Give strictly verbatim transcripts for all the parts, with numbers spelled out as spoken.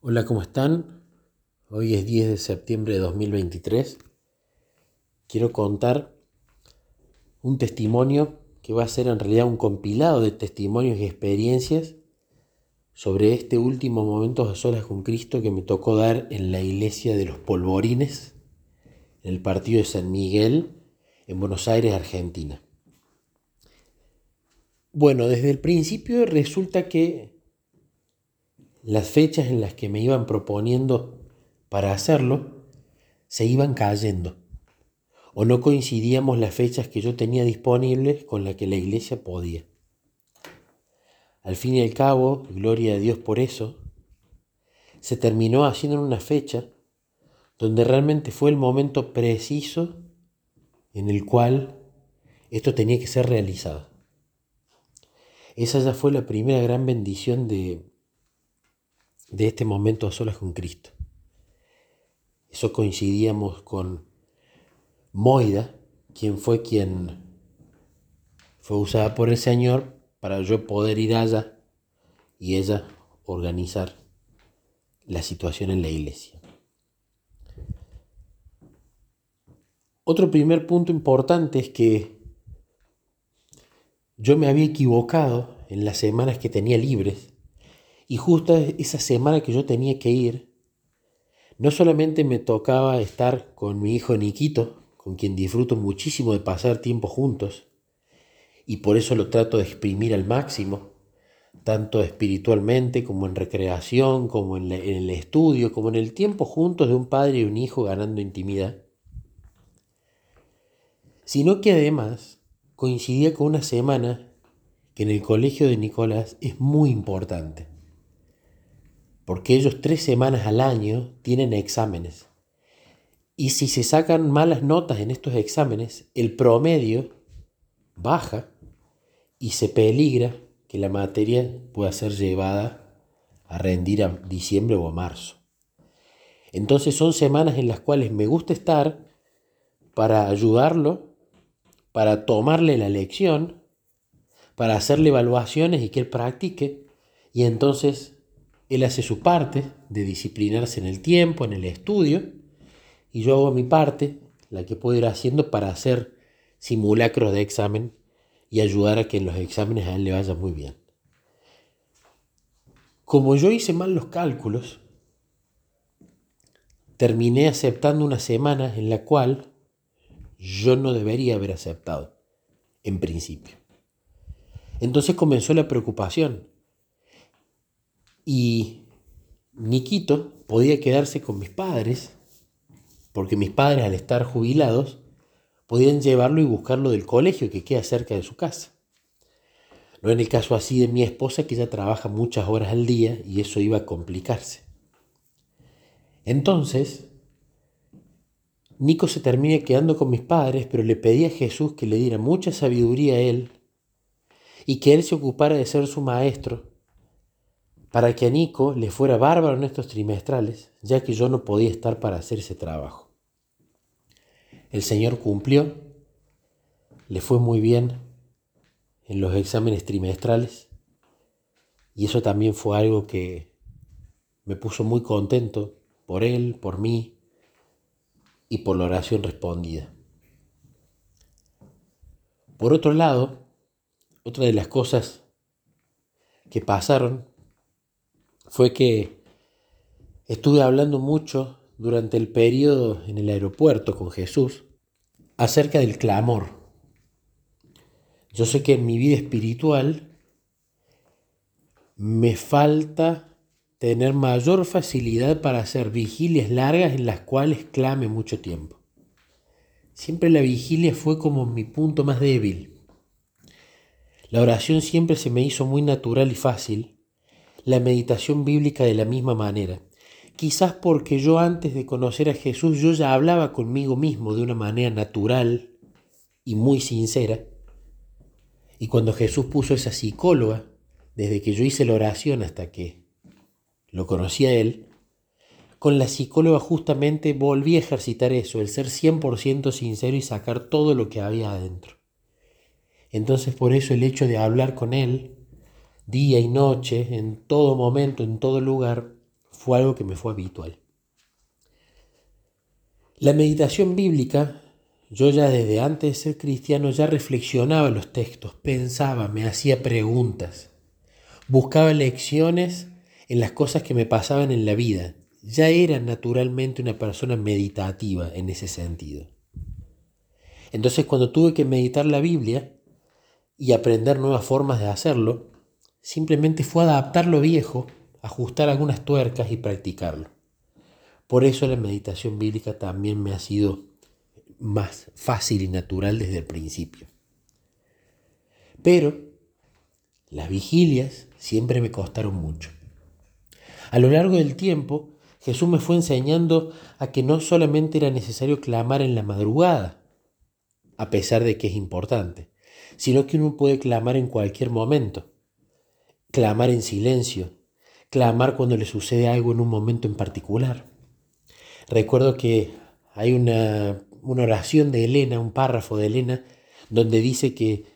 Hola, ¿cómo están? Hoy es diez de septiembre de dos mil veintitrés. Quiero contar un testimonio que va a ser en realidad un compilado de testimonios y experiencias sobre este último momento a solas con Cristo que me tocó dar en la iglesia de los Polvorines, en el partido de San Miguel, en Buenos Aires, Argentina. Bueno, desde el principio resulta que las fechas en las que me iban proponiendo para hacerlo se iban cayendo, o no coincidíamos las fechas que yo tenía disponibles con las que la iglesia podía. Al fin y al cabo, gloria a Dios por eso, se terminó haciendo en una fecha donde realmente fue el momento preciso en el cual esto tenía que ser realizado. Esa ya fue la primera gran bendición de, de este momento a solas con Cristo. Eso coincidíamos con Moida, quien fue quien fue usada por el Señor para yo poder ir allá y ella organizar la situación en la iglesia. Otro primer punto importante es que yo me había equivocado en las semanas que tenía libres, y justo esa semana que yo tenía que ir, no solamente me tocaba estar con mi hijo Niquito, con quien disfruto muchísimo de pasar tiempo juntos, y por eso lo trato de exprimir al máximo, tanto espiritualmente como en recreación, como en, la, en el estudio, como en el tiempo juntos de un padre y un hijo ganando intimidad, sino que además coincidía con una semana que en el colegio de Nicolás es muy importante, porque ellos tres semanas al año tienen exámenes, y si se sacan malas notas en estos exámenes, el promedio baja y se peligra que la materia pueda ser llevada a rendir a diciembre o a marzo. Entonces son semanas en las cuales me gusta estar para ayudarlo, para tomarle la lección, para hacerle evaluaciones y que él practique, y entonces él hace su parte de disciplinarse en el tiempo, en el estudio, y yo hago mi parte, la que puedo ir haciendo para hacer simulacros de examen y ayudar a que en los exámenes a él le vaya muy bien. Como yo hice mal los cálculos, terminé aceptando una semana en la cual yo no debería haber aceptado, en principio. Entonces comenzó la preocupación y Niquito podía quedarse con mis padres, porque mis padres, al estar jubilados, podían llevarlo y buscarlo del colegio que queda cerca de su casa. No en el caso así de mi esposa, que ella trabaja muchas horas al día y eso iba a complicarse. Entonces, Nico se termina quedando con mis padres, pero le pedí a Jesús que le diera mucha sabiduría a él y que él se ocupara de ser su maestro, para que a Nico le fuera bárbaro en estos trimestrales, ya que yo no podía estar para hacer ese trabajo. El Señor cumplió, le fue muy bien en los exámenes trimestrales, y eso también fue algo que me puso muy contento por él, por mí y por la oración respondida. Por otro lado, otra de las cosas que pasaron fue que estuve hablando mucho durante el periodo en el aeropuerto con Jesús acerca del clamor. Yo sé que en mi vida espiritual me falta tener mayor facilidad para hacer vigilias largas en las cuales clame mucho tiempo. Siempre la vigilia fue como mi punto más débil. La oración siempre se me hizo muy natural y fácil, la meditación bíblica de la misma manera. Quizás porque yo antes de conocer a Jesús yo ya hablaba conmigo mismo de una manera natural y muy sincera. Y cuando Jesús puso esa psicóloga, desde que yo hice la oración hasta que lo conocí a él, con la psicóloga justamente volví a ejercitar eso, el ser cien por ciento sincero y sacar todo lo que había adentro. Entonces por eso el hecho de hablar con él, día y noche, en todo momento, en todo lugar, fue algo que me fue habitual. La meditación bíblica, yo ya desde antes de ser cristiano ya reflexionaba los textos, pensaba, me hacía preguntas, buscaba lecciones en las cosas que me pasaban en la vida. Ya era naturalmente una persona meditativa en ese sentido. Entonces, cuando tuve que meditar la Biblia y aprender nuevas formas de hacerlo, simplemente fue adaptar lo viejo, ajustar algunas tuercas y practicarlo. Por eso la meditación bíblica también me ha sido más fácil y natural desde el principio. Pero las vigilias siempre me costaron mucho. A lo largo del tiempo, Jesús me fue enseñando a que no solamente era necesario clamar en la madrugada, a pesar de que es importante, sino que uno puede clamar en cualquier momento. Clamar en silencio, clamar cuando le sucede algo en un momento en particular. Recuerdo que hay una, una oración de Elena, un párrafo de Elena, donde dice que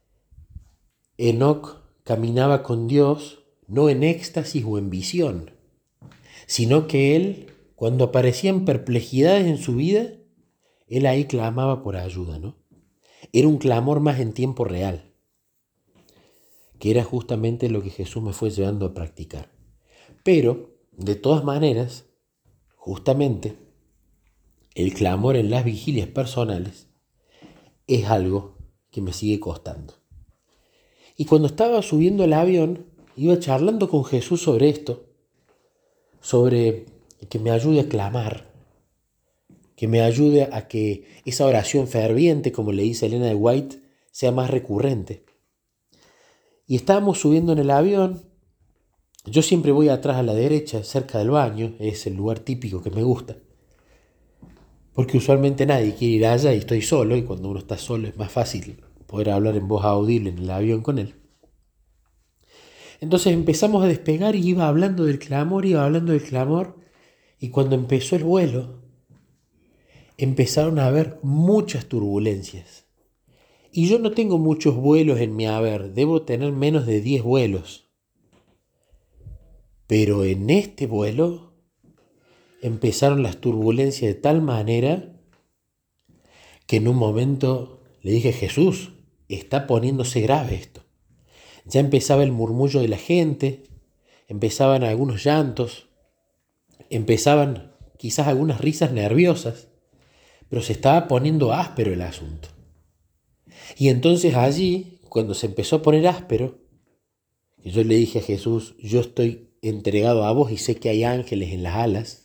Enoc caminaba con Dios no en éxtasis o en visión, sino que él, cuando aparecían perplejidades en su vida, él ahí clamaba por ayuda, ¿no? Era un clamor más en tiempo real, que era justamente lo que Jesús me fue llevando a practicar. Pero, de todas maneras, justamente, el clamor en las vigilias personales es algo que me sigue costando. Y cuando estaba subiendo al avión, iba charlando con Jesús sobre esto, sobre que me ayude a clamar, que me ayude a que esa oración ferviente, como le dice Elena de White, sea más recurrente. Y estábamos subiendo en el avión. Yo siempre voy atrás a la derecha, cerca del baño, es el lugar típico que me gusta, porque usualmente nadie quiere ir allá y estoy solo, y cuando uno está solo es más fácil poder hablar en voz audible en el avión con él. Entonces empezamos a despegar y iba hablando del clamor, iba hablando del clamor, y cuando empezó el vuelo, empezaron a haber muchas turbulencias. Y yo no tengo muchos vuelos en mi haber, debo tener menos de diez vuelos. Pero en este vuelo empezaron las turbulencias de tal manera que en un momento le dije, Jesús, está poniéndose grave esto. Ya empezaba el murmullo de la gente, empezaban algunos llantos, empezaban quizás algunas risas nerviosas, pero se estaba poniendo áspero el asunto. Y entonces allí, cuando se empezó a poner áspero, yo le dije a Jesús, yo estoy entregado a vos y sé que hay ángeles en las alas,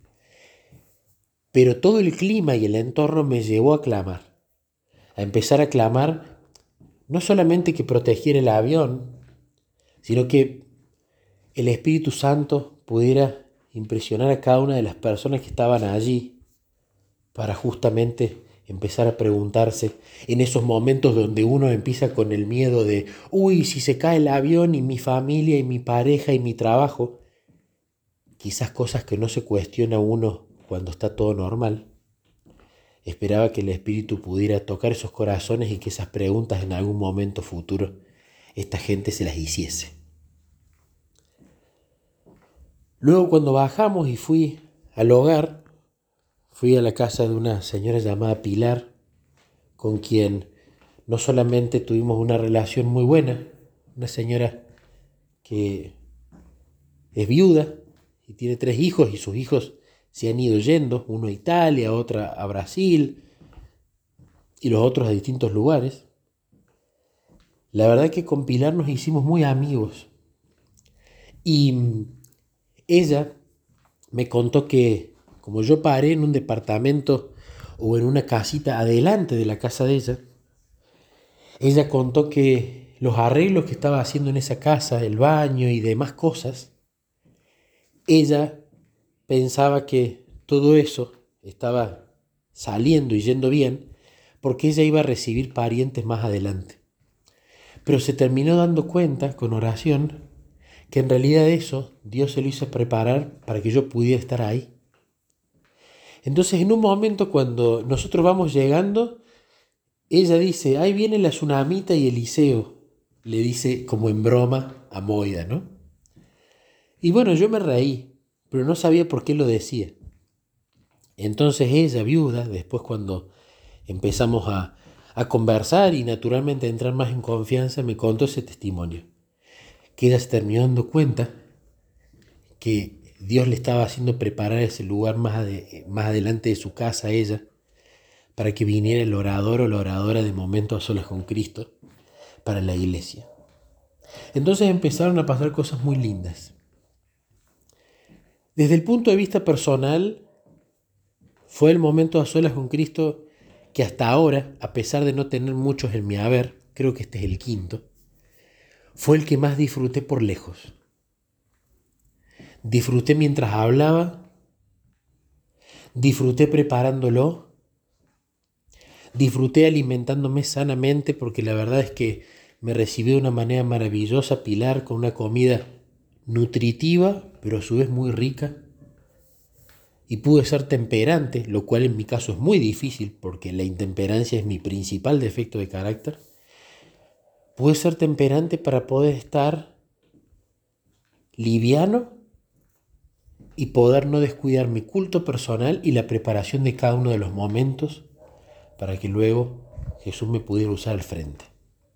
pero todo el clima y el entorno me llevó a clamar, a empezar a clamar no solamente que protegiera el avión, sino que el Espíritu Santo pudiera impresionar a cada una de las personas que estaban allí para justamente empezar a preguntarse en esos momentos donde uno empieza con el miedo de uy, si se cae el avión y mi familia y mi pareja y mi trabajo, quizás cosas que no se cuestiona uno cuando está todo normal. Esperaba que el Espíritu pudiera tocar esos corazones y que esas preguntas en algún momento futuro esta gente se las hiciese. Luego, cuando bajamos y fui al hogar, fui a la casa de una señora llamada Pilar, con quien no solamente tuvimos una relación muy buena, una señora que es viuda y tiene tres hijos y sus hijos se han ido yendo, uno a Italia, otra a Brasil y los otros a distintos lugares. La verdad que con Pilar nos hicimos muy amigos y ella me contó que como yo paré en un departamento o en una casita adelante de la casa de ella, ella contó que los arreglos que estaba haciendo en esa casa, el baño y demás cosas, ella pensaba que todo eso estaba saliendo y yendo bien porque ella iba a recibir parientes más adelante. Pero se terminó dando cuenta con oración que en realidad eso Dios se lo hizo preparar para que yo pudiera estar ahí. Entonces en un momento cuando nosotros vamos llegando, ella dice, ahí viene la tsunamita y Eliseo, le dice como en broma a Moida, ¿no? Y bueno, yo me reí, pero no sabía por qué lo decía. Entonces ella, viuda, después cuando empezamos a, a conversar y naturalmente a entrar más en confianza, me contó ese testimonio, que ella se terminó dando cuenta que Dios le estaba haciendo preparar ese lugar más, ade- más adelante de su casa a ella, para que viniera el orador o la oradora de Momento a Solas con Cristo para la iglesia. Entonces empezaron a pasar cosas muy lindas. Desde el punto de vista personal, fue el Momento a Solas con Cristo que hasta ahora, a pesar de no tener muchos en mi haber, creo que este es el quinto, fue el que más disfruté por lejos. Disfruté mientras hablaba, disfruté preparándolo, disfruté alimentándome sanamente, porque la verdad es que me recibió de una manera maravillosa Pilar, con una comida nutritiva, pero a su vez muy rica. Y pude ser temperante, lo cual en mi caso es muy difícil, porque la intemperancia es mi principal defecto de carácter. Pude ser temperante para poder estar liviano y poder no descuidar mi culto personal y la preparación de cada uno de los momentos para que luego Jesús me pudiera usar al frente.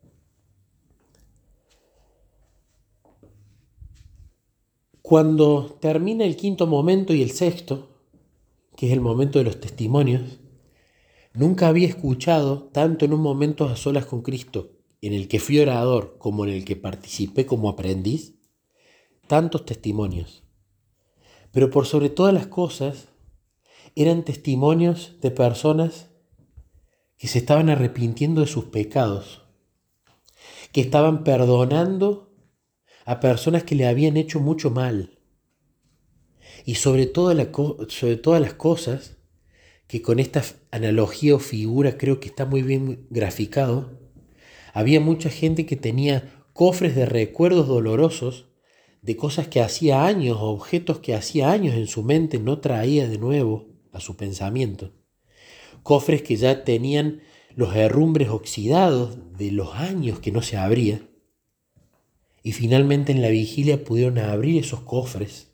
Cuando termina el quinto momento y el sexto, que es el momento de los testimonios, nunca había escuchado, tanto en un momento a solas con Cristo, en el que fui orador, como en el que participé como aprendiz, tantos testimonios. Pero por sobre todas las cosas, eran testimonios de personas que se estaban arrepintiendo de sus pecados, que estaban perdonando a personas que le habían hecho mucho mal. Y sobre, toda la co- sobre todas las cosas, que con esta analogía o figura creo que está muy bien graficado, había mucha gente que tenía cofres de recuerdos dolorosos de cosas que hacía años, objetos que hacía años en su mente no traía de nuevo a su pensamiento. Cofres que ya tenían los herrumbres oxidados de los años que no se abría. Y finalmente en la vigilia pudieron abrir esos cofres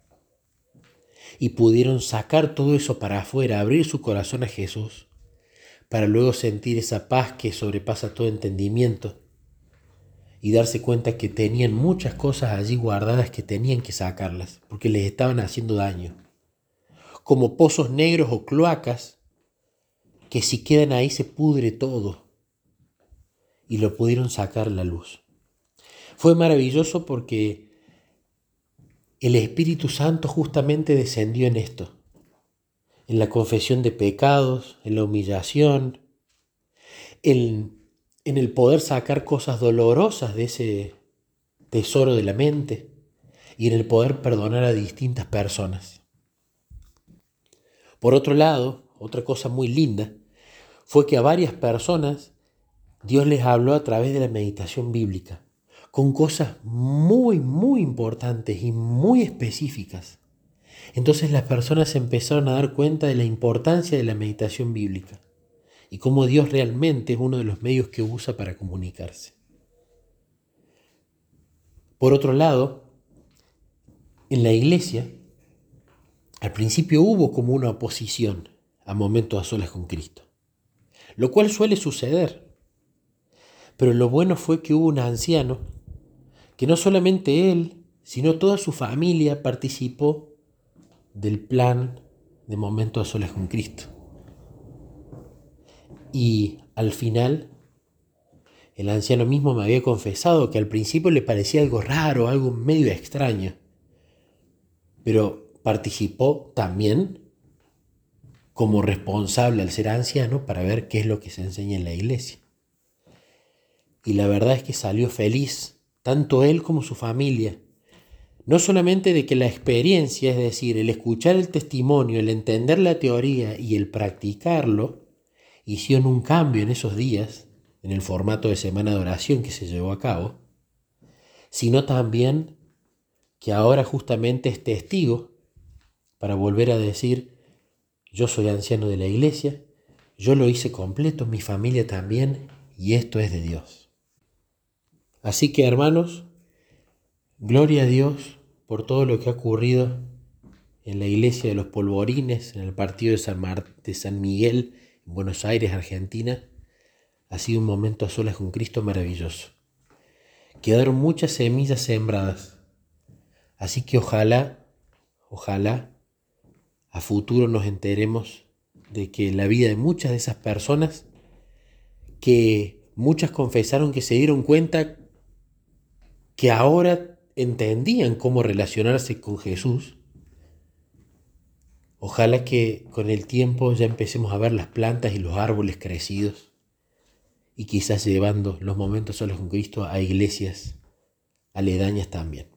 y pudieron sacar todo eso para afuera, abrir su corazón a Jesús, para luego sentir esa paz que sobrepasa todo entendimiento y darse cuenta que tenían muchas cosas allí guardadas que tenían que sacarlas, porque les estaban haciendo daño. Como pozos negros o cloacas, que si quedan ahí se pudre todo, y lo pudieron sacar a la luz. Fue maravilloso porque el Espíritu Santo justamente descendió en esto, en la confesión de pecados, en la humillación, en, en el poder sacar cosas dolorosas de ese tesoro de la mente y en el poder perdonar a distintas personas. Por otro lado, otra cosa muy linda fue que a varias personas Dios les habló a través de la meditación bíblica, con cosas muy, muy importantes y muy específicas. Entonces las personas se empezaron a dar cuenta de la importancia de la meditación bíblica y cómo Dios realmente es uno de los medios que usa para comunicarse. Por otro lado, en la iglesia, al principio hubo como una oposición a momentos a solas con Cristo, lo cual suele suceder. Pero lo bueno fue que hubo un anciano que no solamente él, sino toda su familia participó del plan de momentos a solas con Cristo. Y al final, el anciano mismo me había confesado que al principio le parecía algo raro, algo medio extraño, pero participó también como responsable al ser anciano para ver qué es lo que se enseña en la iglesia. Y la verdad es que salió feliz, tanto él como su familia. No solamente de que la experiencia, es decir, el escuchar el testimonio, el entender la teoría y el practicarlo, hicieron un cambio en esos días, en el formato de semana de oración que se llevó a cabo, sino también que ahora justamente es testigo para volver a decir: yo soy anciano de la iglesia, yo lo hice completo, mi familia también, y esto es de Dios. Así que, hermanos, gloria a Dios por todo lo que ha ocurrido en la iglesia de los Polvorines, en el partido de San, Mar- de San Miguel, en Buenos Aires, Argentina, ha sido un momento a solas con Cristo maravilloso. Quedaron muchas semillas sembradas, así que ojalá, ojalá, a futuro nos enteremos de que la vida de muchas de esas personas, que muchas confesaron que se dieron cuenta que ahora entendían cómo relacionarse con Jesús, ojalá que con el tiempo ya empecemos a ver las plantas y los árboles crecidos y quizás llevando los momentos solos con Cristo a iglesias aledañas también.